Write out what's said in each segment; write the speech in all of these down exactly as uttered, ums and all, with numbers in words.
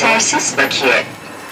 Yetersiz bakiye.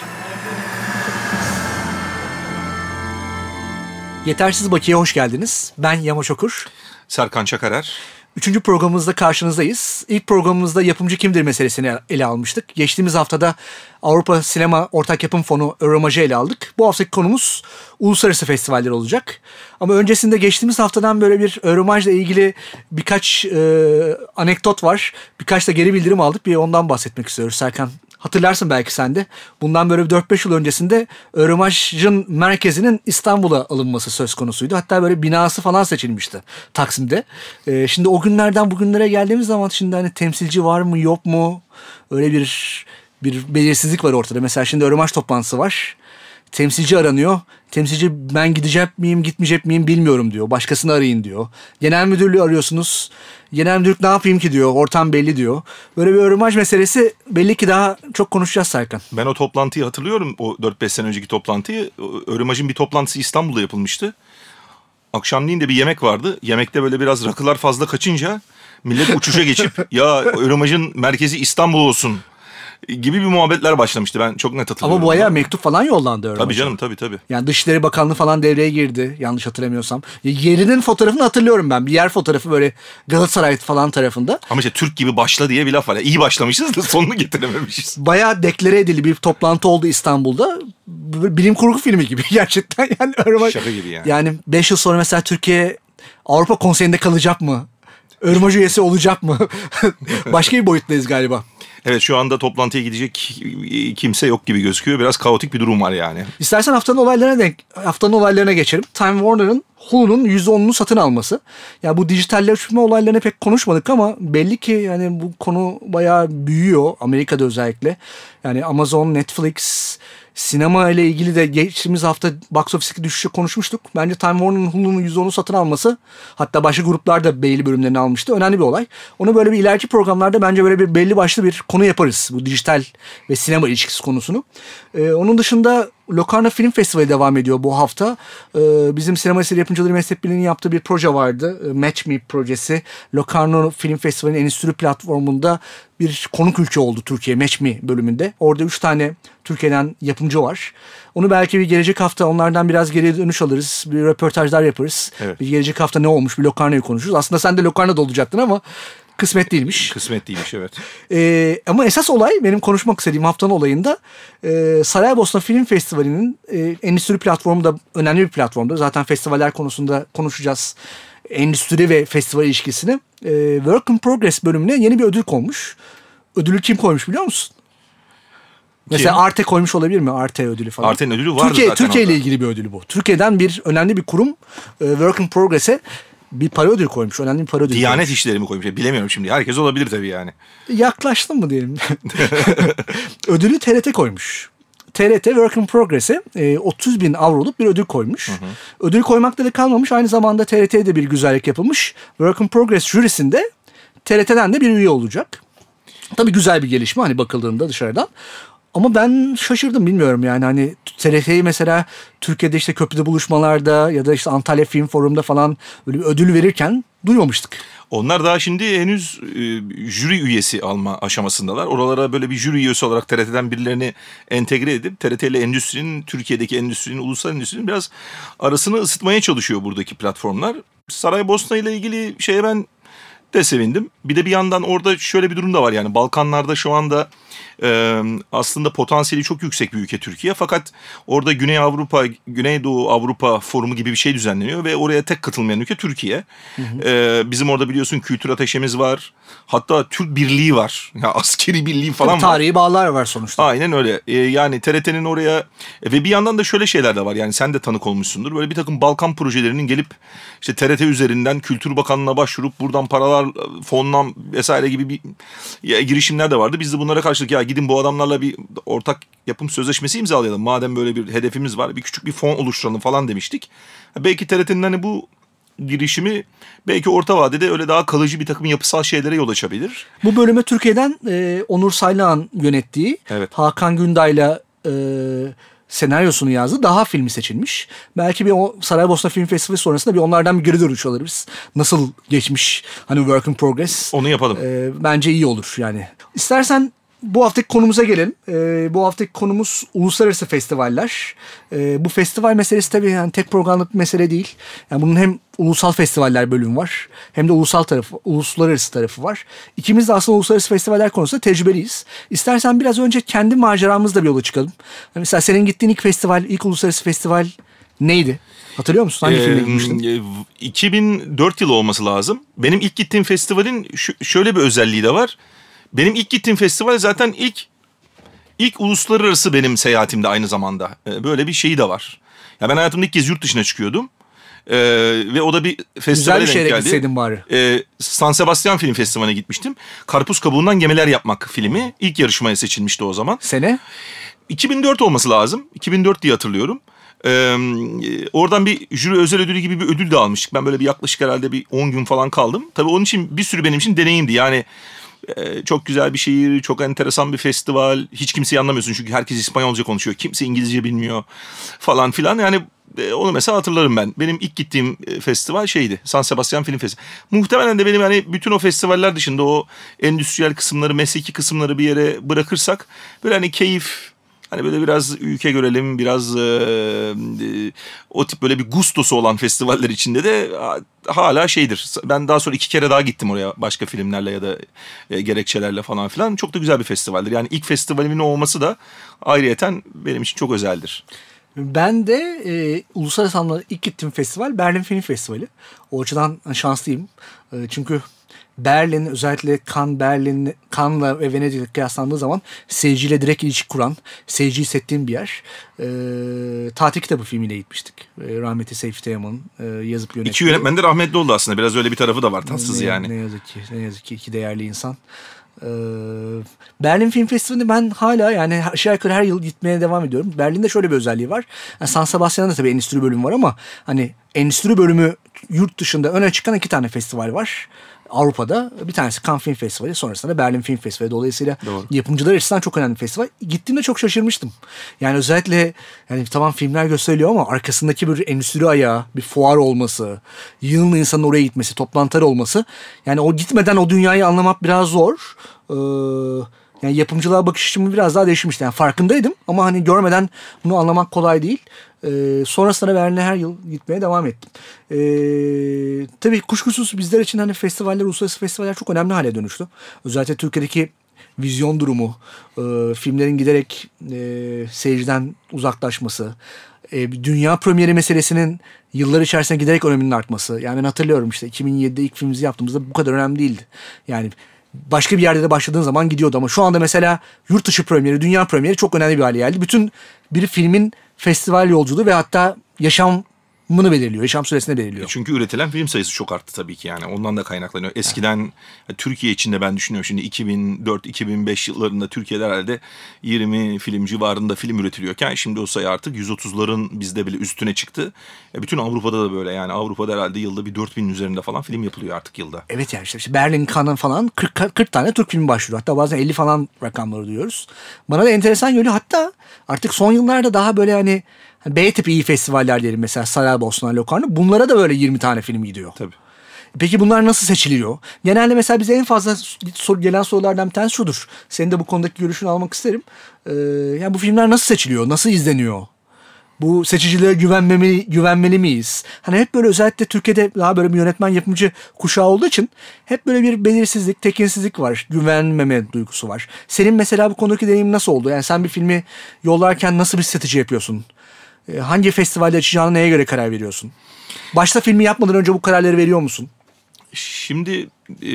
Yetersiz Bakiye'ye hoş geldiniz. Ben Yamaç Okur. Serkan Çakarer. Üçüncü programımızda karşınızdayız. İlk programımızda yapımcı kimdir meselesini ele almıştık. Geçtiğimiz haftada Avrupa Sinema Ortak Yapım Fonu Euromaj'ı ele aldık. Bu haftaki konumuz uluslararası festivaller olacak. Ama öncesinde geçtiğimiz haftadan böyle bir Euromaj'la ilgili birkaç e, anekdot var. Birkaç da geri bildirim aldık. Bir ondan bahsetmek istiyoruz Serkan. Hatırlarsın belki sen de. Bundan böyle dört beş yıl öncesinde Euromaj'ın merkezinin İstanbul'a alınması söz konusuydu. Hatta böyle binası falan seçilmişti Taksim'de. Ee, şimdi o günlerden bugünlere geldiğimiz zaman şimdi hani temsilci var mı yok mu? Öyle bir bir belirsizlik var ortada. Mesela şimdi Euromaj toplantısı var. Temsilci aranıyor. Temsilci ben gidecek miyim gitmeyecek miyim bilmiyorum diyor. Başkasını arayın diyor. Genel müdürlüğü arıyorsunuz. Genel müdürlük ne yapayım ki diyor. Ortam belli diyor. Böyle bir Euromaj meselesi belli ki daha çok konuşacağız Serkan. Ben o toplantıyı hatırlıyorum. O dört beş sene önceki toplantıyı. Euromaj'ın bir toplantısı İstanbul'da yapılmıştı. Akşamleyin de bir yemek vardı. Yemekte böyle biraz rakılar fazla kaçınca millet uçuşa geçip ya Euromaj'ın merkezi İstanbul olsun gibi bir muhabbetler başlamıştı. Ben çok net hatırlıyorum. Ama bu bayağı mektup falan yollandı Euromaj'a. Tabii canım tabii tabii. Yani Dışişleri Bakanlığı falan devreye girdi yanlış hatırlamıyorsam. Yerinin fotoğrafını hatırlıyorum ben. Bir yer fotoğrafı böyle Galatasaray falan tarafında. Ama işte Türk gibi başla diye bir laf var. İyi başlamışız da sonunu getirememişiz. Bayağı deklare edildi bir toplantı oldu İstanbul'da. Bilim kurgu filmi gibi gerçekten. Yani Euromaj, şaka gibi yani. Yani beş yıl sonra mesela Türkiye Avrupa Konseyi'nde kalacak mı? Euromaj üyesi olacak mı? Başka bir boyuttayız galiba. Evet şu anda toplantıya gidecek kimse yok gibi gözüküyor. Biraz kaotik bir durum var yani. İstersen haftanın olaylarına denk, haftanın olaylarına geçelim. Time Warner'ın Hulu'nun yüzde onunu satın alması. Ya bu dijitalleşme olaylarını pek konuşmadık ama belli ki yani bu konu bayağı büyüyor Amerika'da özellikle. Yani Amazon, Netflix, sinema ile ilgili de geçtiğimiz hafta box office'deki düşüşü konuşmuştuk. Bence Time Warner'ın Hulu'nun yüzde onunu satın alması, hatta başka gruplar da belli bölümlerini almıştı. Önemli bir olay. Onu böyle bir ileriki programlarda bence böyle bir belli başlı bir konu yaparız. Bu dijital ve sinema ilişkisi konusunu. Ee, onun dışında Locarno Film Festivali devam ediyor bu hafta. Ee, bizim Sinema Eseri Yapımcıları Meslek Birliği'nin yaptığı bir proje vardı. Match Me projesi. Locarno Film Festivali'nin endüstri platformunda bir konuk ülke oldu Türkiye Match Me bölümünde. Orada üç tane Türkiye'den yapımcı var. Onu belki bir gelecek hafta onlardan biraz geriye dönüş alırız. Bir röportajlar yaparız. Evet. Bir gelecek hafta ne olmuş bir Locarno'yu konuşuruz. Aslında sen de Locarno'da olacaktın ama kısmet değilmiş. Kısmet değilmiş evet. Ee, ama esas olay benim konuşmak istediğim haftanın olayında e, Saraybosna Film Festivali'nin e, endüstri platformu da önemli bir platformda. Zaten festivaller konusunda konuşacağız. Endüstri ve festival ilişkisini. E, Work in Progress bölümüne yeni bir ödül konmuş. Ödülü kim koymuş biliyor musun? Mesela Kim? Arte koymuş olabilir mi? Arte ödülü falan. Arte'nin ödülü vardı Türkiye, zaten. Türkiye ile orada. ilgili bir ödülü bu. Türkiye'den bir önemli bir kurum e, Work in Progress'e bir para ödülü koymuş. Önemli bir para ödülü Diyanet koymuş. işleri mi koymuş? Bilemiyorum şimdi. Herkes olabilir tabii yani. Yaklaştın mı diyelim. Ödülü T R T koymuş. T R T Work in Progress'e e, otuz bin avroluk bir ödül koymuş. Hı hı. Ödül koymakta da kalmamış. Aynı zamanda T R T'de bir güzellik yapılmış. Work in Progress jürisinde T R T'den de bir üye olacak. Tabii güzel bir gelişme hani bakıldığında dışarıdan. Ama ben şaşırdım bilmiyorum yani hani T R T'yi mesela Türkiye'de işte köprüde buluşmalarda ya da işte Antalya Film Forum'da falan böyle bir ödül verirken duymamıştık. Onlar daha şimdi henüz e, jüri üyesi alma aşamasındalar. Oralara böyle bir jüri üyesi olarak T R T'den birilerini entegre edip T R T ile endüstrinin, Türkiye'deki endüstrinin, ulusal endüstrinin biraz arasını ısıtmaya çalışıyor buradaki platformlar. Saraybosna ile ilgili şeye ben de sevindim. Bir de bir yandan orada şöyle bir durum da var yani Balkanlarda şu anda e, aslında potansiyeli çok yüksek bir ülke Türkiye. Fakat orada Güney Avrupa, Güneydoğu Avrupa Forumu gibi bir şey düzenleniyor ve oraya tek katılmayan ülke Türkiye. Hı hı. E, bizim orada biliyorsun kültür ateşemiz var. Hatta Türk Birliği var. Ya askeri birliği falan Tabii, var. Tarihi bağlar var sonuçta. Aynen öyle. E, yani T R T'nin oraya e, ve bir yandan da şöyle şeyler de var. Yani sen de tanık olmuşsundur. Böyle bir takım Balkan projelerinin gelip işte T R T üzerinden Kültür Bakanlığı'na başvurup buradan paralar fonlan vesaire gibi bir ya, girişimler de vardı. Biz de bunlara karşılık ya gidin bu adamlarla bir ortak yapım sözleşmesi imzalayalım. Madem böyle bir hedefimiz var bir küçük bir fon oluşturalım falan demiştik. Belki T R T'nin hani bu girişimi belki orta vadede öyle daha kalıcı bir takım yapısal şeylere yol açabilir. Bu bölüme Türkiye'den e, Onur Saylıhan yönettiği, evet. Hakan Günday'la e, senaryosunu yazdı. Daha filmi seçilmiş. Belki bir o Saraybosna Film Festivali sonrasında bir onlardan bir geri dönüş alırız. Nasıl geçmiş hani Work in Progress. Onu yapalım. E, bence iyi olur yani. İstersen bu haftaki konumuza gelelim. Ee, bu haftaki konumuz uluslararası festivaller. Ee, bu festival meselesi tabii yani tek programlık bir mesele değil. Yani bunun hem ulusal festivaller bölümü var, hem de ulusal tarafı, uluslararası tarafı var. İkimiz de aslında uluslararası festivaller konusunda tecrübeliyiz. İstersen biraz önce kendi maceramızla bir yola çıkalım. Mesela senin gittiğin ilk festival, ilk uluslararası festival neydi? Hatırlıyor musun? Hangi ee, filmle gitmiştin? iki bin dört yılı olması lazım. Benim ilk gittiğim festivalin şu, şöyle bir özelliği de var. Benim ilk gittiğim festival zaten ilk ilk uluslararası benim seyahatimde aynı zamanda. Ee, böyle bir şeyi de var. Ya ben hayatımda ilk kez yurt dışına çıkıyordum. Ee, ve o da bir festivale denk geldi. Güzel bir şeye gitseydin bari. Ee, San Sebastian Film Festivali'ne gitmiştim. Karpuz kabuğundan gemiler yapmak filmi ilk yarışmaya seçilmişti o zaman. Sene? iki bin dört olması lazım. iki bin dört diye hatırlıyorum. Ee, oradan bir jüri özel ödülü gibi bir ödül de almıştık. Ben böyle bir yaklaşık herhalde bir on gün falan kaldım. Tabii onun için bir sürü benim için deneyimdi. Yani e, çok güzel bir şehir, çok enteresan bir festival. Hiç kimseyi anlamıyorsun çünkü herkes İspanyolca konuşuyor. Kimse İngilizce bilmiyor falan filan. Yani e, onu mesela hatırlarım ben. Benim ilk gittiğim festival şeydi. San Sebastian Film Festivali. Muhtemelen de benim hani bütün o festivaller dışında o endüstriyel kısımları, mesleki kısımları bir yere bırakırsak böyle hani keyif, hani böyle biraz ülke görelim, biraz e, e, o tip böyle bir gustosu olan festivaller içinde de hala şeydir. Ben daha sonra iki kere daha gittim oraya başka filmlerle ya da e, gerekçelerle falan filan. Çok da güzel bir festivaldir. Yani ilk festivalimin olması da ayrıyeten benim için çok özeldir. Ben de e, uluslararası anlamda ilk gittiğim festival Berlin Film Festivali. O açıdan şanslıyım. E, çünkü Berlin, özellikle Cannes, Berlin, Cannes'la ve Venedik'le kıyaslandığı zaman seyirciyle direkt ilişki kuran, seyirciyi hissettiğim bir yer. E, Tatil Kitabı filmiyle gitmiştik. E, rahmetli Seyfi Teoman'ın e, yazıp yönettiği. İki yönetmen de rahmetli oldu aslında. Biraz öyle bir tarafı da var, tatsız ne, yani. Ne yazık ki, ne yazık ki iki değerli insan. Ee, Berlin Film Festivali'nde ben hala yani aşağı yukarı her yıl gitmeye devam ediyorum. Berlin'de şöyle bir özelliği var. Yani San Sebastian'da tabii endüstri bölümü var ama hani endüstri bölümü yurt dışında öne çıkan iki tane festival var. Avrupa'da bir tanesi Cannes Film Festivali, sonrasında Berlin Film Festivali. Dolayısıyla Doğru. yapımcılar açısından çok önemli bir festival. Gittiğimde çok şaşırmıştım. Yani özellikle yani tamam filmler gösteriliyor ama arkasındaki bir endüstri ayağı, bir fuar olması, yığınla insanın oraya gitmesi, toplantılar olması. Yani o gitmeden o dünyayı anlamak biraz zor. Ee, yani yapımcılığa bakış açımı biraz daha değişmişti. Yani farkındaydım ama hani görmeden bunu anlamak kolay değil. Ee, sonrasında Berlin'e her yıl gitmeye devam ettim. Ee, tabii kuşkusuz bizler için hani festivaller, uluslararası festivaller çok önemli hale dönüştü. Özellikle Türkiye'deki vizyon durumu, e, filmlerin giderek e, seyirciden uzaklaşması, e, dünya premieri meselesinin yıllar içerisinde giderek öneminin artması. Yani ben hatırlıyorum işte iki bin yedide ilk filmimizi yaptığımızda bu kadar önemli değildi. Yani başka bir yerde de başladığın zaman gidiyordu ama şu anda mesela yurt dışı premieri, dünya premieri çok önemli bir hale geldi. Bütün bir filmin festival yolculuğu ve hatta yaşamını belirliyor, yaşam süresini belirliyor. Çünkü üretilen film sayısı çok arttı tabii ki yani. Ondan da kaynaklanıyor. Eskiden evet. Türkiye içinde ben düşünüyorum şimdi iki bin dört iki bin beş yıllarında Türkiye'de herhalde yirmi film civarında film üretiliyorken şimdi o sayı artık yüz otuzların bizde bile üstüne çıktı. Ya bütün Avrupa'da da böyle yani Avrupa'da herhalde yılda bir dört binin üzerinde falan film yapılıyor artık yılda. Evet yani işte, işte Berlin, Cannes falan kırk, kırk tane Türk filmi başlıyor. Hatta bazen elli falan rakamları duyuyoruz. Bana da enteresan geliyor. Hatta artık son yıllarda daha böyle hani B tipi iyi festivaller diyelim mesela Saraybosna, Locarno. Bunlara da böyle yirmi tane film gidiyor. Tabii. Peki bunlar nasıl seçiliyor? Genelde mesela bize en fazla sor, gelen sorulardan bir tanesi şudur. Senin de bu konudaki görüşünü almak isterim. Ee, yani bu filmler nasıl seçiliyor? Nasıl izleniyor? Bu seçicilere güvenmeli, güvenmeli miyiz? Hani hep böyle özellikle Türkiye'de daha böyle bir yönetmen yapımcı kuşağı olduğu için hep böyle bir belirsizlik, tekinsizlik var. Güvenmeme duygusu var. Senin mesela bu konudaki deneyimin nasıl oldu? Yani sen bir filmi yollarken nasıl bir strateji yapıyorsun? Hangi festivalde açacağına neye göre karar veriyorsun? Başta filmi yapmadan önce bu kararları veriyor musun? Şimdi e,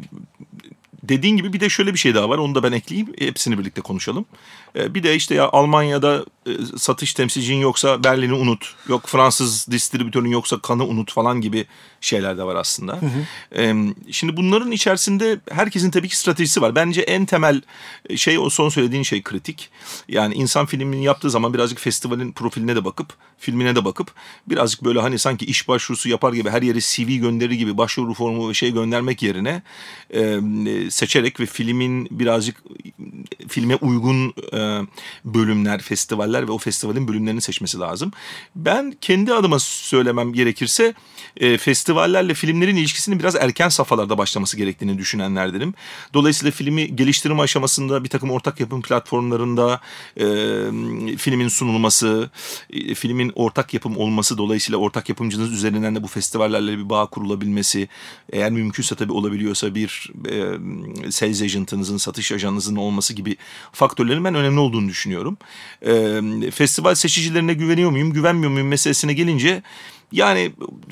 dediğin gibi bir de şöyle bir şey daha var. Onu da ben ekleyeyim. Hepsini birlikte konuşalım. E, bir de işte ya Almanya'da e, satış temsilcin yoksa Berlin'i unut. Yok Fransız distribütörün yoksa Cannes'ı unut falan gibi şeyler de var aslında. Hı hı. E, şimdi bunların içerisinde herkesin tabii ki stratejisi var. Bence en temel şey o son söylediğin şey kritik. Yani insan filmini yaptığı zaman birazcık festivalin profiline de bakıp, filmine de bakıp birazcık böyle hani sanki iş başvurusu yapar gibi her yere C V gönderir gibi başvuru formu ve şey göndermek yerine e, seçerek ve filmin birazcık filme uygun e, bölümler, festivaller ve o festivalin bölümlerini seçmesi lazım. Ben kendi adıma söylemem gerekirse e, festivallerle filmlerin ilişkisinin biraz erken safhalarda başlaması gerektiğini düşünenlerdenim. Dolayısıyla filmi geliştirme aşamasında bir takım ortak yapım platformlarında e, filmin sunulması, e, filmin ortak yapım olması, dolayısıyla ortak yapımcınız üzerinden de bu festivallerle bir bağ kurulabilmesi, eğer mümkünse tabii olabiliyorsa bir e, sales agent'ınızın, satış ajanınızın olması gibi faktörlerin ben önemli olduğunu düşünüyorum. E, festival seçicilerine güveniyor muyum, güvenmiyor muyum meselesine gelince, yani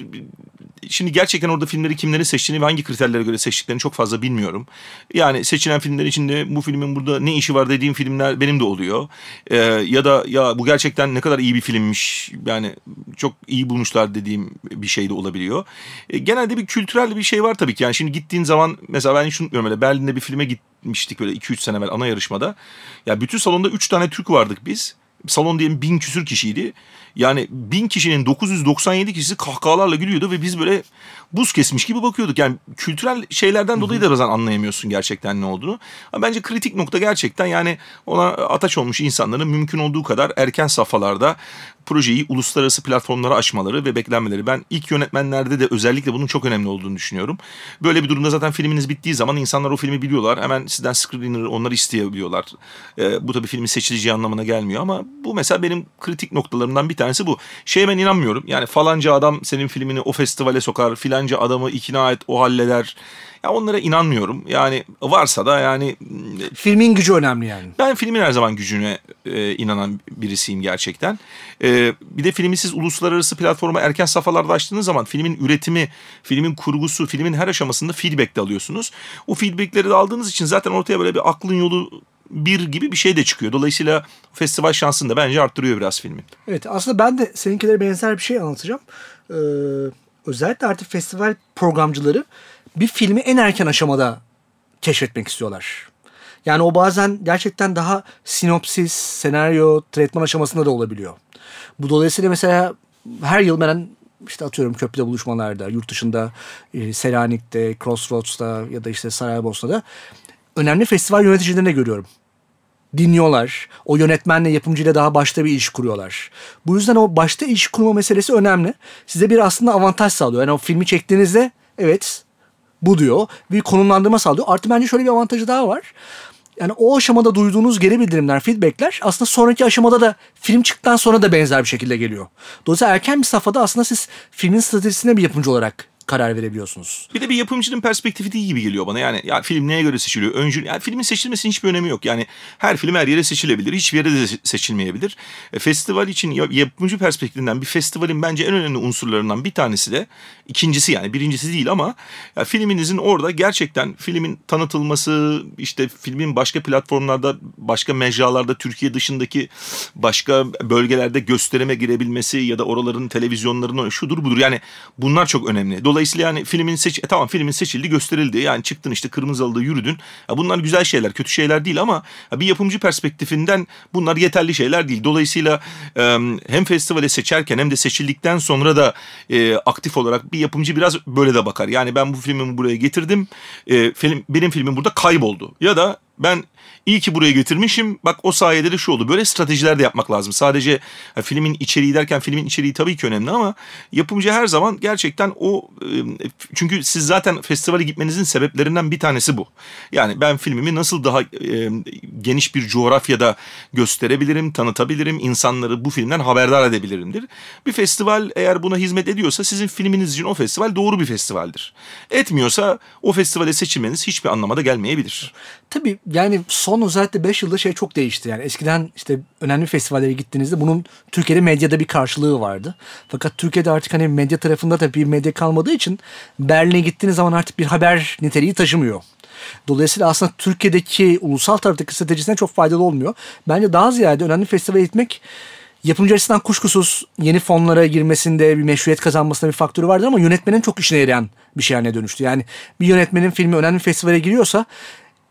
şimdi gerçekten orada filmleri kimleri seçtiğini ve hangi kriterlere göre seçtiklerini çok fazla bilmiyorum. Yani seçilen filmler içinde bu filmin burada ne işi var dediğim filmler benim de oluyor. Ee, ya da ya bu gerçekten ne kadar iyi bir filmmiş, yani çok iyi bulmuşlar dediğim bir şey de olabiliyor. Ee, genelde bir kültürel bir şey var tabii ki. Yani şimdi gittiğin zaman mesela ben hiç unutmuyorum, öyle Berlin'de bir filme gitmiştik böyle iki üç sene evvel ana yarışmada. Ya bütün salonda üç tane Türk vardık biz. Salon diyelim bin küsür kişiydi. Yani bin kişinin dokuz yüz doksan yedi kişisi kahkahalarla gülüyordu ve biz böyle buz kesmiş gibi bakıyorduk. Yani kültürel şeylerden dolayı da bazen anlayamıyorsun gerçekten ne olduğunu. Ama bence kritik nokta gerçekten, yani ona ataç olmuş insanların mümkün olduğu kadar erken safhalarda projeyi uluslararası platformlara açmaları ve beklenmeleri. Ben ilk yönetmenlerde de özellikle bunun çok önemli olduğunu düşünüyorum. Böyle bir durumda zaten filminiz bittiği zaman insanlar o filmi biliyorlar. Hemen sizden screener onları isteyebiliyorlar. Ee, bu tabii filmin seçileceği anlamına gelmiyor ama bu mesela benim kritik noktalarımdan bir tanesi bu. Şeye ben inanmıyorum. Yani falanca adam senin filmini o festivale sokar, filanca adamı ikna et, o halleder. Ya onlara inanmıyorum. Yani varsa da yani... Filmin gücü önemli yani. Ben filmin her zaman gücüne e, inanan birisiyim gerçekten. E, bir de filmi siz uluslararası platforma erken safhalarda açtığınız zaman filmin üretimi, filmin kurgusu, filmin her aşamasında feedback de alıyorsunuz. O feedbackleri de aldığınız için zaten ortaya böyle bir aklın yolu bir gibi bir şey de çıkıyor. Dolayısıyla festival şansını da bence arttırıyor biraz filmin. Evet, aslında ben de seninkilere benzer bir şey anlatacağım. Ee, özellikle artık festival programcıları bir filmi en erken aşamada keşfetmek istiyorlar. Yani o bazen gerçekten daha sinopsis, senaryo, tretman aşamasında da olabiliyor. Bu dolayısıyla mesela her yıl ben işte atıyorum köprüde buluşmalarda, yurt dışında e, Selanik'te, Crossroads'ta ya da işte Saraybosna'da önemli festival yöneticilerini de görüyorum. Dinliyorlar. O yönetmenle, yapımcıyla daha başta bir ilişki kuruyorlar. Bu yüzden o başta ilişki kurma meselesi önemli. Size bir aslında avantaj sağlıyor. Yani o filmi çektiğinizde evet bu diyor. Bir konumlandırma sağlıyor. Artı bence şöyle bir avantajı daha var. Yani o aşamada duyduğunuz geri bildirimler, feedbackler aslında sonraki aşamada da film çıktıktan sonra da benzer bir şekilde geliyor. Dolayısıyla erken bir safhada aslında siz filmin stratejisine bir yapımcı olarak karar verebiliyorsunuz. Bir de bir yapımcının perspektifi değil gibi geliyor bana. Yani ya film neye göre seçiliyor? Öncü, yani filmin seçilmesinin hiçbir önemi yok. Yani her film her yere seçilebilir. Hiçbir yere de seçilmeyebilir. E, festival için yapımcı perspektifinden bir festivalin bence en önemli unsurlarından bir tanesi de, ikincisi yani birincisi değil ama ya filminizin orada gerçekten filmin tanıtılması, işte filmin başka platformlarda, başka mecralarda, Türkiye dışındaki başka bölgelerde gösterime girebilmesi ya da oraların televizyonlarının şudur budur. Yani bunlar çok önemli. Dolayısıyla yani filmin seç e, tamam filmin seçildi, gösterildi. Yani çıktın işte kırmızı halıda yürüdün. Ya bunlar güzel şeyler, kötü şeyler değil ama bir yapımcı perspektifinden bunlar yeterli şeyler değil. Dolayısıyla e, hem festivale seçerken hem de seçildikten sonra da e, aktif olarak bir yapımcı biraz böyle de bakar. Yani ben bu filmimi buraya getirdim. E, film benim filmim burada kayboldu. Ya da ben iyi ki buraya getirmişim. Bak o sayede de şu oldu. Böyle stratejiler de yapmak lazım. Sadece ya, filmin içeriği derken filmin içeriği tabii ki önemli ama yapımcı her zaman gerçekten o e, çünkü siz zaten festivale gitmenizin sebeplerinden bir tanesi bu. Yani ben filmimi nasıl daha e, geniş bir coğrafyada gösterebilirim, tanıtabilirim, insanları bu filmden haberdar edebilirimdir. Bir festival eğer buna hizmet ediyorsa sizin filminiz için o festival doğru bir festivaldir. Etmiyorsa o festivale seçilmeniz hiçbir anlamda gelmeyebilir. Tabii yani son özellikle beş yılda şey çok değişti. Yani eskiden işte önemli festivallere gittiğinizde bunun Türkiye'de medyada bir karşılığı vardı. Fakat Türkiye'de artık hani medya tarafında da bir medya kalmadığı için Berlin'e gittiğiniz zaman artık bir haber niteliği taşımıyor. Dolayısıyla aslında Türkiye'deki ulusal taraftaki stratejisine çok faydalı olmuyor. Bence daha ziyade önemli festivale gitmek yapımcı açısından kuşkusuz yeni fonlara girmesinde bir meşruiyet kazanmasında bir faktörü vardır ama yönetmenin çok işine yarayan bir şey haline dönüştü. Yani bir yönetmenin filmi önemli festivale giriyorsa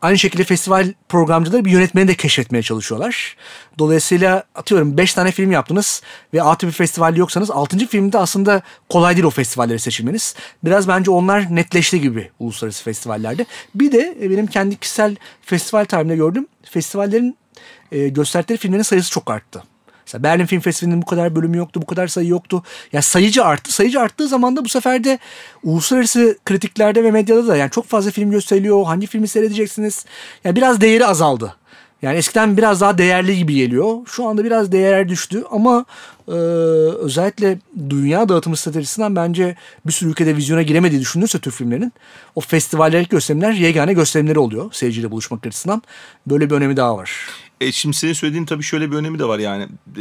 Aynı şekilde festival programcıları bir yönetmeni de keşfetmeye çalışıyorlar. Dolayısıyla atıyorum beş tane film yaptınız ve A tipi festivalde yoksanız altıncı filmde aslında kolay değil o festivalleri seçilmeniz. Biraz bence onlar netleşti gibi uluslararası festivallerde. Bir de benim kendi kişisel festival tarihimde gördüğüm festivallerin e, gösterdikleri filmlerin sayısı çok arttı. Mesela Berlin Film Festivali'nin bu kadar bölümü yoktu, bu kadar sayı yoktu. Yani sayıcı arttı. Sayıcı arttığı zaman da bu sefer de uluslararası kritiklerde ve medyada da yani çok fazla film gösteriliyor. Hangi filmi seyredeceksiniz? Yani biraz değeri azaldı. Yani eskiden biraz daha değerli gibi geliyor. Şu anda biraz değer düştü ama e, özellikle dünya dağıtım stratejisinden bence bir sürü ülkede vizyona giremediği düşünülürse Türk filmlerinin o festivallerdeki gösterimler yegane gösterimleri oluyor seyirciyle buluşmak açısından. Böyle bir önemi daha var. E şimdi senin söylediğin tabii şöyle bir önemi de var yani e,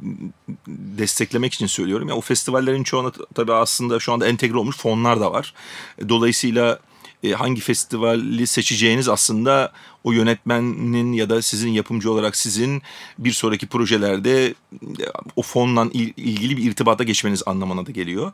desteklemek için söylüyorum. Ya o festivallerin çoğuna tabii aslında şu anda entegre olmuş fonlar da var. Dolayısıyla e, hangi festivali seçeceğiniz aslında o yönetmenin ya da sizin yapımcı olarak sizin bir sonraki projelerde o fonla ilgili bir irtibata geçmeniz anlamına da geliyor.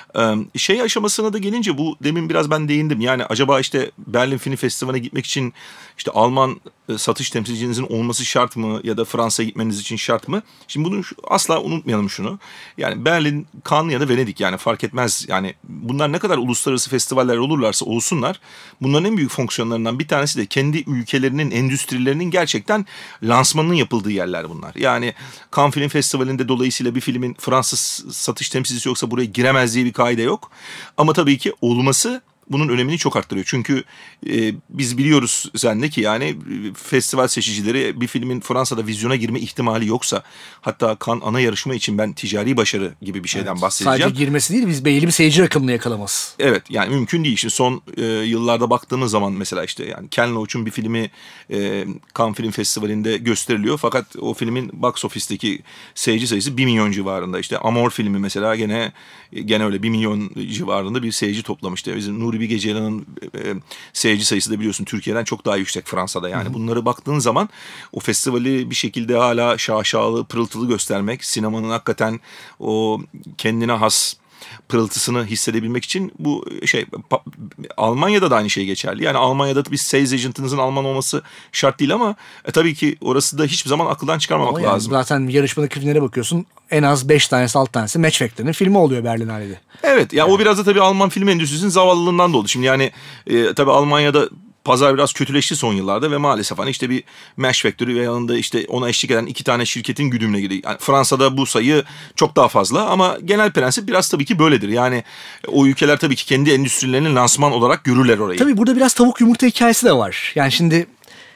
Şey aşamasına da gelince bu demin biraz ben değindim. Yani acaba işte Berlin Film Festivali'ne gitmek için işte Alman satış temsilcinizin olması şart mı ya da Fransa'ya gitmeniz için şart mı? Şimdi bunu asla unutmayalım şunu. Yani Berlin, Cannes ya da Venedik yani fark etmez. Yani bunlar ne kadar uluslararası festivaller olurlarsa olsunlar bunların en büyük fonksiyonlarından bir tanesi de kendi ülkelerinin endüstrilerinin gerçekten lansmanının yapıldığı yerler bunlar. Yani Cannes Film Festivali'nde dolayısıyla bir filmin Fransız satış temsilcisi yoksa buraya giremez diye bir kaide yok. Ama tabii ki olması bunun önemini çok arttırıyor. Çünkü e, biz biliyoruz seninle ki yani festival seçicileri bir filmin Fransa'da vizyona girme ihtimali yoksa hatta Cannes ana yarışma için ben ticari başarı gibi bir şeyden evet, bahsedeceğim. Sadece girmesi değil biz belli bir seyirci rakamını yakalaması. Evet yani mümkün değil. Şimdi son e, yıllarda baktığımız zaman mesela işte yani Ken Loach'un bir filmi e, Cannes Film Festivali'nde gösteriliyor. Fakat o filmin box office'teki seyirci sayısı bir milyon civarında. İşte Amor filmi mesela gene gene öyle bir milyon civarında bir seyirci toplamıştı. Bizim Nuri Bilge Ceylan'ın e, seyirci sayısı da biliyorsun Türkiye'den çok daha yüksek Fransa'da yani. Hı hı. Bunları baktığın zaman o festivali bir şekilde hala şaşalı, pırıltılı göstermek, sinemanın hakikaten o kendine has pırıltısını hissedebilmek için bu şey Almanya'da da aynı şey geçerli. Yani Almanya'da bir sales agent'ınızın Alman olması şart değil ama e, tabii ki orası da hiçbir zaman akıldan çıkarmamak yani lazım. Zaten yarışmadaki filmlere bakıyorsun en az beş tanesi altı tanesi Match Factory'nin filmi oluyor Berlinale'de. Evet yani, yani o biraz da tabii Alman film endüstrisinin zavallılığından da oldu. Şimdi yani e, tabii Almanya'da pazar biraz kötüleşti son yıllarda ve maalesef hani işte bir Match Factory ve yanında işte ona eşlik eden iki tane şirketin güdümüne girdi. Yani Fransa'da bu sayı çok daha fazla ama genel prensip biraz tabii ki böyledir. Yani o ülkeler tabii ki kendi endüstrilerinin lansman olarak görürler orayı. Tabii burada biraz tavuk yumurta hikayesi de var. Yani şimdi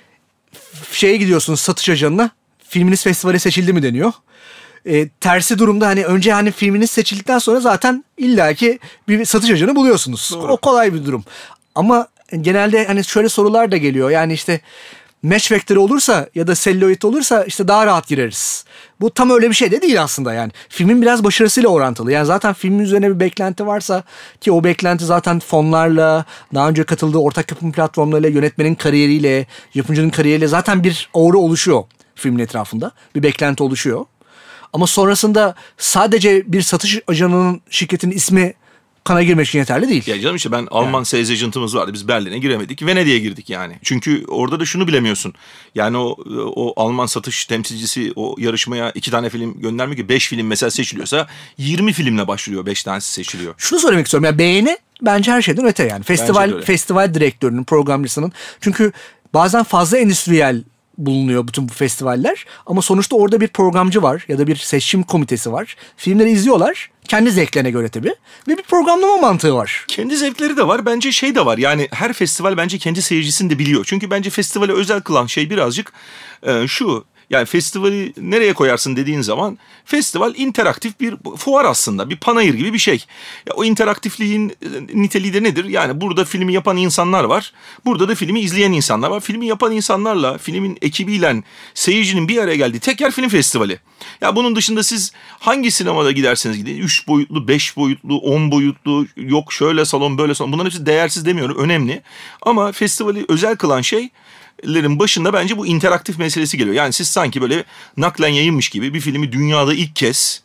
şeye gidiyorsunuz satış ajanına filminiz festivale seçildi mi deniyor. E, tersi durumda hani önce hani filminiz seçildikten sonra zaten illaki bir satış ajanı buluyorsunuz. Doğru. O kolay bir durum. Ama genelde hani şöyle sorular da geliyor. Yani işte Match Factory olursa ya da Celluloid olursa işte daha rahat gireriz. Bu tam öyle bir şey de değil aslında yani. Filmin biraz başarısıyla orantılı. Yani zaten filmin üzerine bir beklenti varsa ki o beklenti zaten fonlarla, daha önce katıldığı ortak yapım platformlarıyla, yönetmenin kariyeriyle, yapımcının kariyeriyle zaten bir aura oluşuyor filmin etrafında. Bir beklenti oluşuyor. Ama sonrasında sadece bir satış ajanının şirketinin ismi kana girmek için yeterli değil. Ya canım işte ben Alman yani. Sales agent'ımız vardı. Biz Berlin'e giremedik. Venedik'e girdik yani. Çünkü orada da şunu bilemiyorsun. Yani o o Alman satış temsilcisi o yarışmaya iki tane film göndermiyor ki. Beş film mesela seçiliyorsa yirmi filmle başlıyor. Beş tanesi seçiliyor. Şunu söylemek istiyorum. Yani beğeni bence her şeyden öte yani. Festival festival direktörünün, programcısının. Çünkü bazen fazla endüstriyel bulunuyor bütün bu festivaller. Ama sonuçta orada bir programcı var ya da bir seçim komitesi var. Filmleri izliyorlar. Kendi zevklerine göre tabii. Ve bir programlama mantığı var. Kendi zevkleri de var. Bence şey de var. Yani her festival bence kendi seyircisini de biliyor. Çünkü bence festivale özel kılan şey birazcık e, şu. Yani festivali nereye koyarsın dediğin zaman festival interaktif bir fuar aslında. Bir panayır gibi bir şey. Ya o interaktifliğin niteliği de nedir? Yani burada filmi yapan insanlar var. Burada da filmi izleyen insanlar var. Filmi yapan insanlarla, filmin ekibiyle seyircinin bir araya geldiği tek yer film festivali. Ya bunun dışında siz hangi sinemada giderseniz gidin. Üç boyutlu, beş boyutlu, on boyutlu, yok şöyle salon, böyle salon. Bunların hepsi değersiz demiyorum. Önemli. Ama festivali özel kılan şey lerin başında bence bu interaktif meselesi geliyor. Yani siz sanki böyle naklen yayınmış gibi bir filmi dünyada ilk kez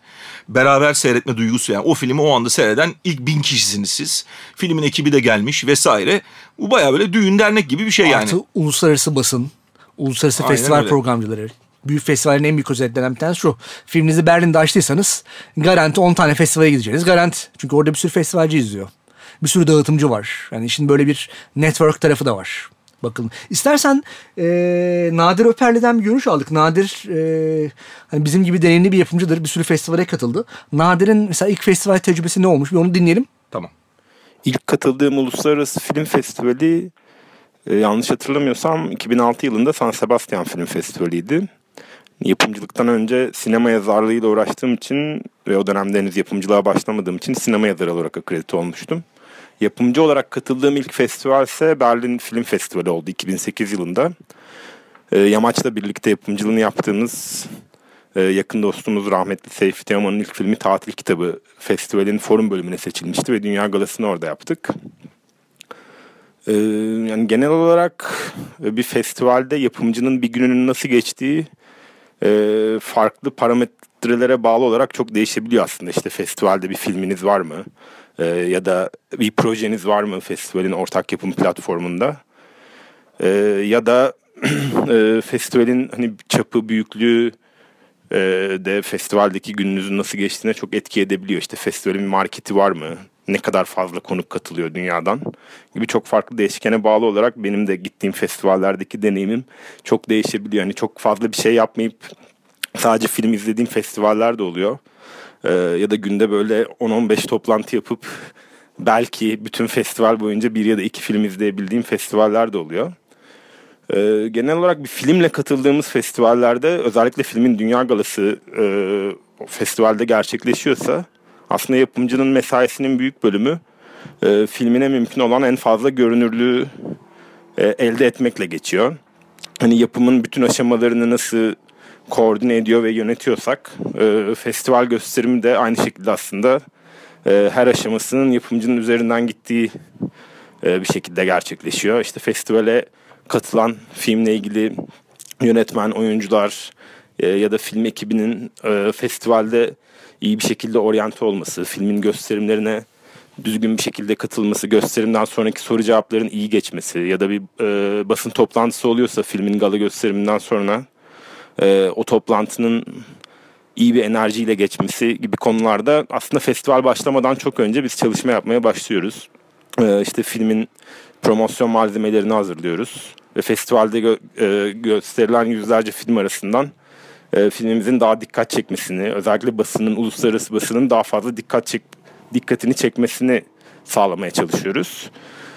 beraber seyretme duygusu, yani o filmi o anda seyreden ilk bin kişisiniz siz. Filmin ekibi de gelmiş vesaire. Bu bayağı böyle düğün dernek gibi bir şey yani. Artı uluslararası basın, uluslararası Aynen festival öyle. programcıları. Büyük festivallerin en büyük özelliklerinden bir tanesi şu. Filminizi Berlin'de açtıysanız garanti on tane festivale gideceğiniz garanti. Çünkü orada bir sürü festivalci izliyor. Bir sürü dağıtımcı var. Yani işin böyle bir network tarafı da var. Bakın istersen e, Nadir Öperli'den bir görüş aldık. Nadir e, hani bizim gibi deneyimli bir yapımcıdır. Bir sürü festivale katıldı. Nadir'in mesela ilk festival tecrübesi ne olmuş? Bir onu dinleyelim. Tamam. İlk katıldığım uluslararası film festivali e, yanlış hatırlamıyorsam iki bin altı yılında San Sebastian Film Festivali'ydi. Yapımcılıktan önce sinema yazarlığıyla uğraştığım için ve o dönemde henüz yapımcılığa başlamadığım için sinema yazarı olarak akredite olmuştum. Yapımcı olarak katıldığım ilk festival ise Berlin Film Festivali oldu iki bin sekiz yılında. E, Yamaç'la birlikte yapımcılığını yaptığımız e, yakın dostumuz rahmetli Seyfi Teoman'ın ilk filmi Tatil Kitabı festivalin forum bölümüne seçilmişti ve Dünya Galası'nı orada yaptık. E, yani genel olarak bir festivalde yapımcının bir gününün nasıl geçtiği e, farklı parametrelere bağlı olarak çok değişebiliyor aslında. İşte festivalde bir filminiz var mı? E, ya da bir projeniz var mı festivalin ortak yapım platformunda? E, ya da e, festivalin hani çapı, büyüklüğü e, de festivaldeki gününüzün nasıl geçtiğine çok etki edebiliyor. İşte festivalin bir marketi var mı? Ne kadar fazla konuk katılıyor dünyadan gibi çok farklı değişkene bağlı olarak benim de gittiğim festivallerdeki deneyimim çok değişebiliyor. Yani çok fazla bir şey yapmayıp sadece film izlediğim festivaller de oluyor. Ee, ya da günde böyle on on beş toplantı yapıp belki bütün festival boyunca bir ya da iki film izleyebildiğim festivaller de oluyor. Ee, genel olarak bir filmle katıldığımız festivallerde özellikle filmin Dünya Galası e, festivalde gerçekleşiyorsa aslında yapımcının mesaisinin büyük bölümü e, filmine mümkün olan en fazla görünürlüğü e, elde etmekle geçiyor. Hani yapımın bütün aşamalarını nasıl koordine ediyor ve yönetiyorsak e, festival gösterimi de aynı şekilde aslında e, her aşamasının yapımcının üzerinden gittiği e, bir şekilde gerçekleşiyor. İşte festivale katılan filmle ilgili yönetmen, oyuncular e, ya da film ekibinin e, festivalde iyi bir şekilde oryante olması, filmin gösterimlerine düzgün bir şekilde katılması, gösterimden sonraki soru cevapların iyi geçmesi ya da bir e, basın toplantısı oluyorsa filmin gala gösteriminden sonra e, o toplantının iyi bir enerjiyle geçmesi gibi konularda aslında festival başlamadan çok önce biz çalışma yapmaya başlıyoruz. E, işte filmin promosyon malzemelerini hazırlıyoruz ve festivalde gö- e, gösterilen yüzlerce film arasından e, filmimizin daha dikkat çekmesini, özellikle basının, uluslararası basının daha fazla dikkat çek dikkatini çekmesini sağlamaya çalışıyoruz.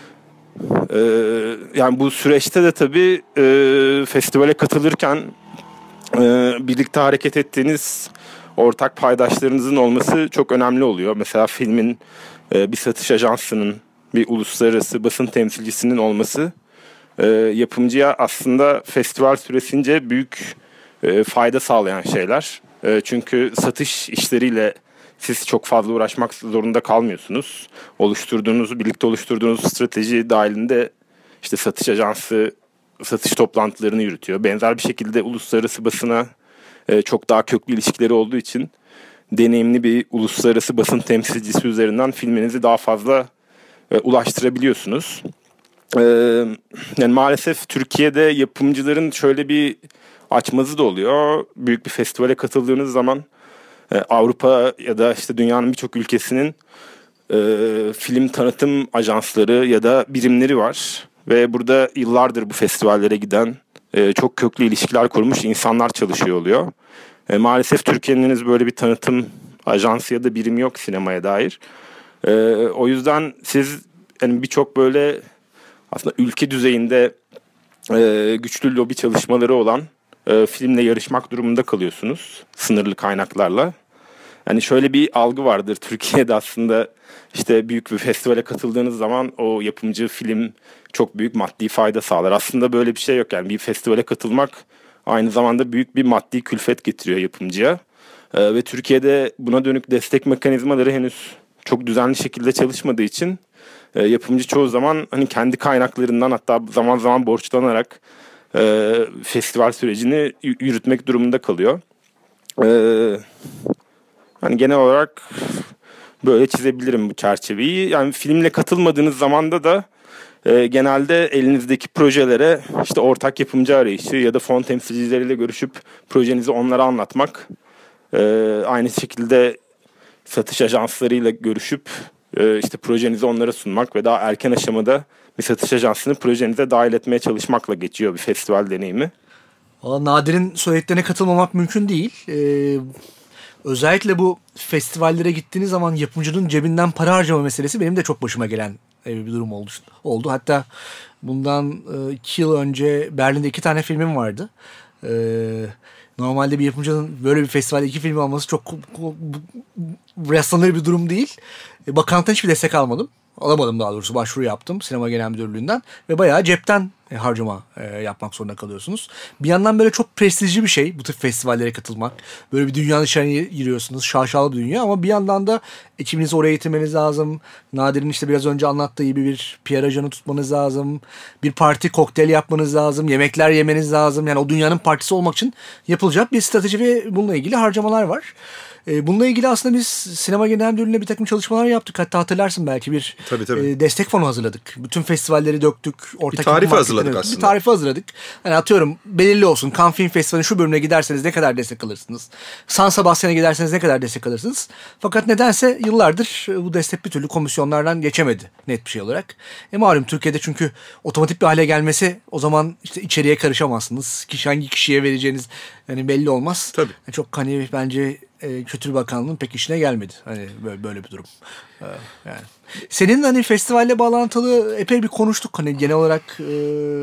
E, yani bu süreçte de tabii e, festivale katılırken e, birlikte hareket ettiğiniz ortak paydaşlarınızın olması çok önemli oluyor. Mesela filmin e, bir satış ajansının, bir uluslararası basın temsilcisinin olması e, yapımcıya aslında festival süresince büyük e, fayda sağlayan şeyler. E, çünkü satış işleriyle siz çok fazla uğraşmak zorunda kalmıyorsunuz. Oluşturduğunuz, birlikte oluşturduğunuz strateji dahilinde işte satış ajansı satış toplantılarını yürütüyor. Benzer bir şekilde uluslararası basına e, çok daha köklü ilişkileri olduğu için deneyimli bir uluslararası basın temsilcisi üzerinden filminizi daha fazla e, ulaştırabiliyorsunuz. E, yani maalesef Türkiye'de yapımcıların şöyle bir açmazı da oluyor. Büyük bir festivale katıldığınız zaman e, Avrupa ya da işte dünyanın birçok ülkesinin e, film tanıtım ajansları ya da birimleri var. Ve burada yıllardır bu festivallere giden e, çok köklü ilişkiler kurmuş insanlar çalışıyor oluyor. E, maalesef Türkiye'nin henüz böyle bir tanıtım ajansı ya da birim yok sinemaya dair. E, o yüzden siz yani birçok böyle aslında ülke düzeyinde e, güçlü lobi çalışmaları olan e, filmle yarışmak durumunda kalıyorsunuz sınırlı kaynaklarla. Yani şöyle bir algı vardır Türkiye'de aslında işte büyük bir festivale katıldığınız zaman o yapımcı film çok büyük maddi fayda sağlar. Aslında böyle bir şey yok yani bir festivale katılmak aynı zamanda büyük bir maddi külfet getiriyor yapımcıya. Ee, ve Türkiye'de buna dönük destek mekanizmaları henüz çok düzenli şekilde çalışmadığı için e, yapımcı çoğu zaman hani kendi kaynaklarından hatta zaman zaman borçlanarak e, festival sürecini y- yürütmek durumunda kalıyor. Evet. Hani genel olarak böyle çizebilirim bu çerçeveyi. Yani filmle katılmadığınız zamanda da e, genelde elinizdeki projelere işte ortak yapımcı arayışı ya da fon temsilcileriyle görüşüp projenizi onlara anlatmak. E, aynı şekilde satış ajanslarıyla görüşüp e, işte projenizi onlara sunmak ve daha erken aşamada bir satış ajansını projenize dahil etmeye çalışmakla geçiyor bir festival deneyimi. Valla Nadir'in söylediklerine katılmamak mümkün değil. Ee, özellikle bu festivallere gittiğiniz zaman yapımcının cebinden para harcama meselesi benim de çok başıma gelen bir durum oldu. oldu. Hatta bundan e, iki yıl önce Berlin'de iki tane filmim vardı. Ee, normalde bir yapımcının böyle bir festivalde iki film alması çok rastlanır bir durum değil. E, bakanlıktan hiçbir destek almadım. Alamadım daha doğrusu, başvuru yaptım Sinema Genel Müdürlüğü'nden ve bayağı cepten e, harcama e, yapmak zorunda kalıyorsunuz. Bir yandan böyle çok prestijli bir şey bu tip festivallere katılmak. Böyle bir dünyanın içine giriyorsunuz, şaşalı bir dünya, ama bir yandan da ekibinizi oraya getirmeniz lazım. Nadir'in işte biraz önce anlattığı gibi bir P R ajanı tutmanız lazım. Bir parti kokteyl yapmanız lazım, yemekler yemeniz lazım. Yani o dünyanın partisi olmak için yapılacak bir strateji ve bununla ilgili harcamalar var. Bununla ilgili aslında biz Sinema Genel Müdürlüğü'ne bir takım çalışmalar yaptık. Hatta hatırlarsın belki bir tabii, tabii. E, destek fonu hazırladık. Bütün festivalleri döktük. Ortak bir tarifi hazırladık aslında. Bir tarifi hazırladık. Yani atıyorum belirli olsun. Cannes Film Festivali'nin şu bölümüne giderseniz ne kadar destek alırsınız? San Sebastian'a giderseniz ne kadar destek alırsınız? Fakat nedense yıllardır bu destek bir türlü komisyonlardan geçemedi net bir şey olarak. E malum Türkiye'de çünkü otomatik bir hale gelmesi, o zaman işte içeriye karışamazsınız. Kişi hangi kişiye vereceğiniz yani belli olmaz. Tabii. Yani çok hani bence e, Kültür Bakanlığı'nın pek işine gelmedi. Hani böyle, böyle bir durum. Ee, yani. Senin hani festivalle bağlantılı epey bir konuştuk. Hani genel olarak e,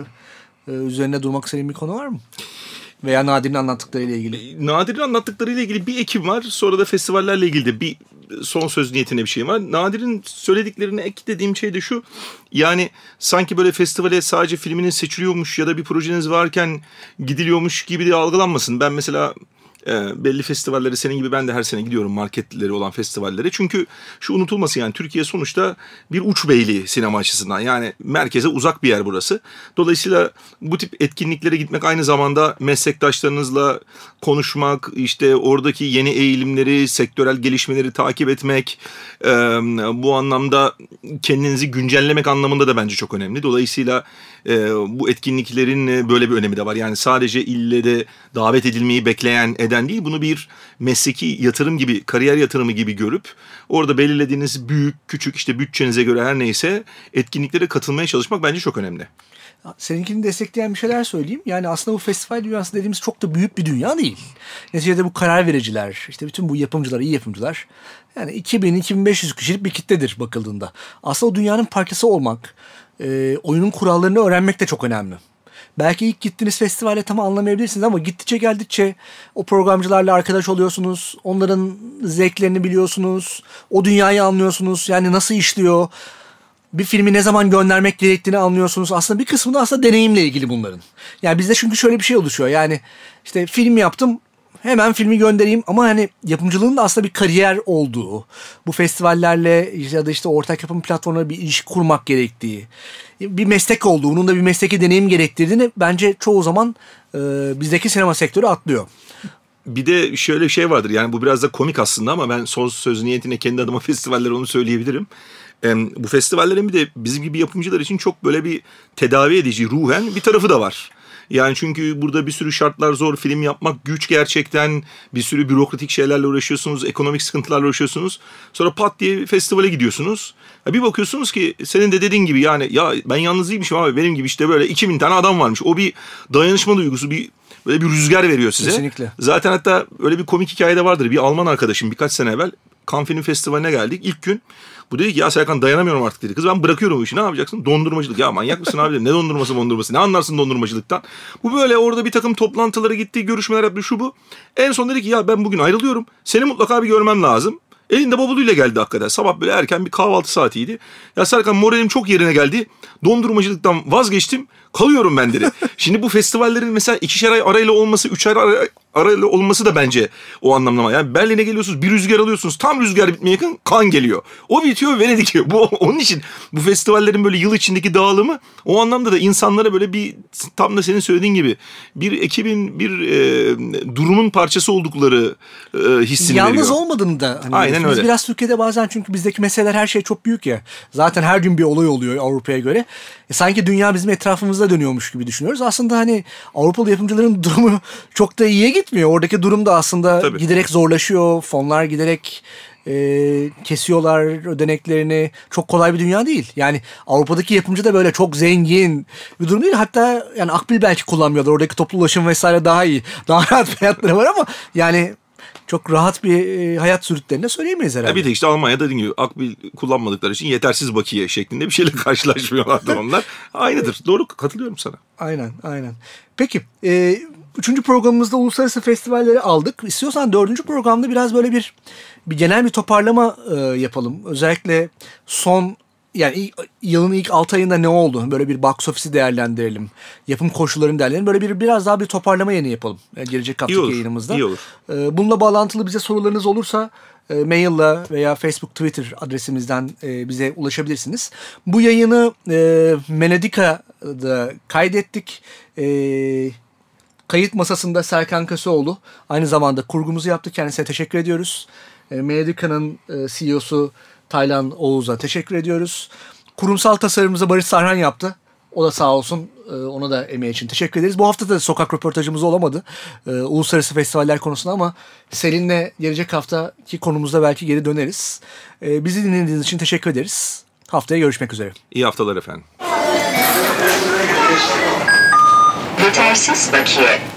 e, üzerine durmak istediğin bir konu var mı? Veya Nadir'in anlattıklarıyla ilgili. Nadir'in anlattıklarıyla ilgili bir ekip var. Sonra da festivallerle ilgili de bir son söz niyetine bir şey var. Nadir'in söylediklerine ek dediğim şey de şu. Yani sanki böyle festivale sadece filminin seçiliyormuş ya da bir projeniz varken gidiliyormuş gibi de algılanmasın. Ben mesela E, belli festivallere senin gibi ben de her sene gidiyorum, marketleri olan festivallere. Çünkü şu unutulması, yani Türkiye sonuçta bir uç beyliği sinema açısından. Yani merkeze uzak bir yer burası. Dolayısıyla bu tip etkinliklere gitmek aynı zamanda meslektaşlarınızla konuşmak, işte oradaki yeni eğilimleri, sektörel gelişmeleri takip etmek, e, bu anlamda kendinizi güncellemek anlamında da bence çok önemli. Dolayısıyla e, bu etkinliklerin böyle bir önemi de var. Yani sadece ille de davet edilmeyi bekleyen, eden değil, bunu bir mesleki yatırım gibi, kariyer yatırımı gibi görüp orada belirlediğiniz büyük, küçük, işte bütçenize göre her neyse etkinliklere katılmaya çalışmak bence çok önemli. Seninkini destekleyen bir şeyler söyleyeyim. Yani aslında bu festival dünyası dediğimiz çok da büyük bir dünya değil. Neticede bu karar vericiler, işte bütün bu yapımcılar, iyi yapımcılar, yani iki bin iki bin beş yüz kişilik bir kitledir bakıldığında. Aslında o dünyanın parçası olmak, e, oyunun kurallarını öğrenmek de çok önemli. Belki ilk gittiğiniz festivale tam anlamayabilirsiniz ama gittikçe geldikçe o programcılarla arkadaş oluyorsunuz. Onların zevklerini biliyorsunuz. O dünyayı anlıyorsunuz. Yani nasıl işliyor? Bir filmi ne zaman göndermek gerektiğini anlıyorsunuz. Aslında bir kısmı da aslında deneyimle ilgili bunların. Yani bizde çünkü şöyle bir şey oluşuyor. Yani işte film yaptım, hemen filmi göndereyim, ama hani yapımcılığın da aslında bir kariyer olduğu, bu festivallerle ya da işte ortak yapım platformlarıyla bir ilişki kurmak gerektiği, bir meslek olduğu, bunun da bir mesleki deneyim gerektirdiğini bence çoğu zaman e, bizdeki sinema sektörü atlıyor. Bir de şöyle bir şey vardır, yani bu biraz da komik aslında ama ben son söz niyetine kendi adıma festivaller onu söyleyebilirim. Bu festivallerin bir de bizim gibi yapımcılar için çok böyle bir tedavi edici, ruhen bir tarafı da var. Yani çünkü burada bir sürü şartlar zor, film yapmak güç gerçekten, bir sürü bürokratik şeylerle uğraşıyorsunuz, ekonomik sıkıntılarla uğraşıyorsunuz. Sonra pat diye festivale gidiyorsunuz. Ya bir bakıyorsunuz ki senin de dediğin gibi, yani ya ben yalnız değilmişim abi, benim gibi işte böyle iki bin tane adam varmış. O bir dayanışma duygusu, bir böyle bir rüzgar veriyor size. Kesinlikle. Zaten hatta öyle bir komik hikaye de vardır. Bir Alman arkadaşım birkaç sene evvel Cannes Film Festivali'ne geldik. İlk gün bu dedi ki ya Serkan dayanamıyorum artık dedi. Kız ben bırakıyorum bu işi, ne yapacaksın? Dondurmacılık. Ya manyak mısın abi dedim. Ne dondurması dondurması? Ne anlarsın dondurmacılıktan? Bu böyle orada bir takım toplantılara gitti, görüşmeler yaptı, şu bu. En son dedi ki ya ben bugün ayrılıyorum. Seni mutlaka bir görmem lazım. Elinde bavuluyla geldi hakikaten. Sabah böyle erken bir kahvaltı saatiydi. Ya Serkan moralim çok yerine geldi. Dondurmacılıktan vazgeçtim. Kalıyorum ben dedi. Şimdi bu festivallerin mesela ikişer ay arayla olması, üçer ay aralı olması da bence o anlamda. Yani Berlin'e geliyorsunuz, bir rüzgar alıyorsunuz. Tam rüzgar bitmeye yakın Cannes geliyor. O bitiyor, Venedik. Bu onun için bu festivallerin böyle yıl içindeki dağılımı o anlamda da insanlara böyle bir, tam da senin söylediğin gibi bir ekibin, bir e, durumun parçası oldukları e, hissini Yalnız veriyor. Yalnız olmadığını da hani Aynen biz öyle. biraz Türkiye'de bazen, çünkü bizdeki meseleler, her şey çok büyük ya. Zaten her gün bir olay oluyor Avrupa'ya göre. E, sanki dünya bizim etrafımızda dönüyormuş gibi düşünüyoruz. Aslında hani Avrupalı yapımcıların durumu çok da iyiye gitmiyor. Oradaki durum da aslında Tabii. giderek zorlaşıyor. Fonlar giderek e, kesiyorlar ödeneklerini. Çok kolay bir dünya değil. Yani Avrupa'daki yapımcı da böyle çok zengin bir durum değil. Hatta yani akbil belki kullanmıyorlar. Oradaki toplu ulaşım vesaire daha iyi. Daha rahat hayatları var ama yani çok rahat bir e, hayat sürdüklerini söyleyemeyiz herhalde. Ya bir de işte Almanya'da dediğim gibi akbil kullanmadıkları için yetersiz bakiye şeklinde bir şeyle karşılaşmıyorlardı onlar. Aynıdır. Doğru, katılıyorum sana. Aynen, aynen. Peki, e, üçüncü programımızda uluslararası festivalleri aldık. İstiyorsan dördüncü programda biraz böyle bir bir genel bir toparlama e, yapalım. Özellikle son, yani ilk, yılın ilk altı ayında ne oldu? Böyle bir box office'i değerlendirelim. Yapım koşullarını değerlendirelim. Böyle bir biraz daha bir toparlama yayını yapalım. E, gelecek haftaki İyi olur, yayınımızda. iyi olur. E, bununla bağlantılı bize sorularınız olursa e, maille veya Facebook, Twitter adresimizden e, bize ulaşabilirsiniz. Bu yayını e, Melodica'da kaydettik. E, kayıt masasında Serkan Köseoğlu aynı zamanda kurgumuzu yaptı. Kendisine teşekkür ediyoruz. E, Melodica'nın e, C E O'su Taylan Oğuz'a teşekkür ediyoruz. Kurumsal tasarımımızı Barış Sarhan yaptı. O da sağ olsun, ona da emeği için teşekkür ederiz. Bu hafta da sokak röportajımız olamadı. Ee, uluslararası festivaller konusunda, ama Selin'le gelecek haftaki konumuzda belki geri döneriz. Ee, bizi dinlediğiniz için teşekkür ederiz. Haftaya görüşmek üzere. İyi haftalar efendim. Yetersiz bakiye.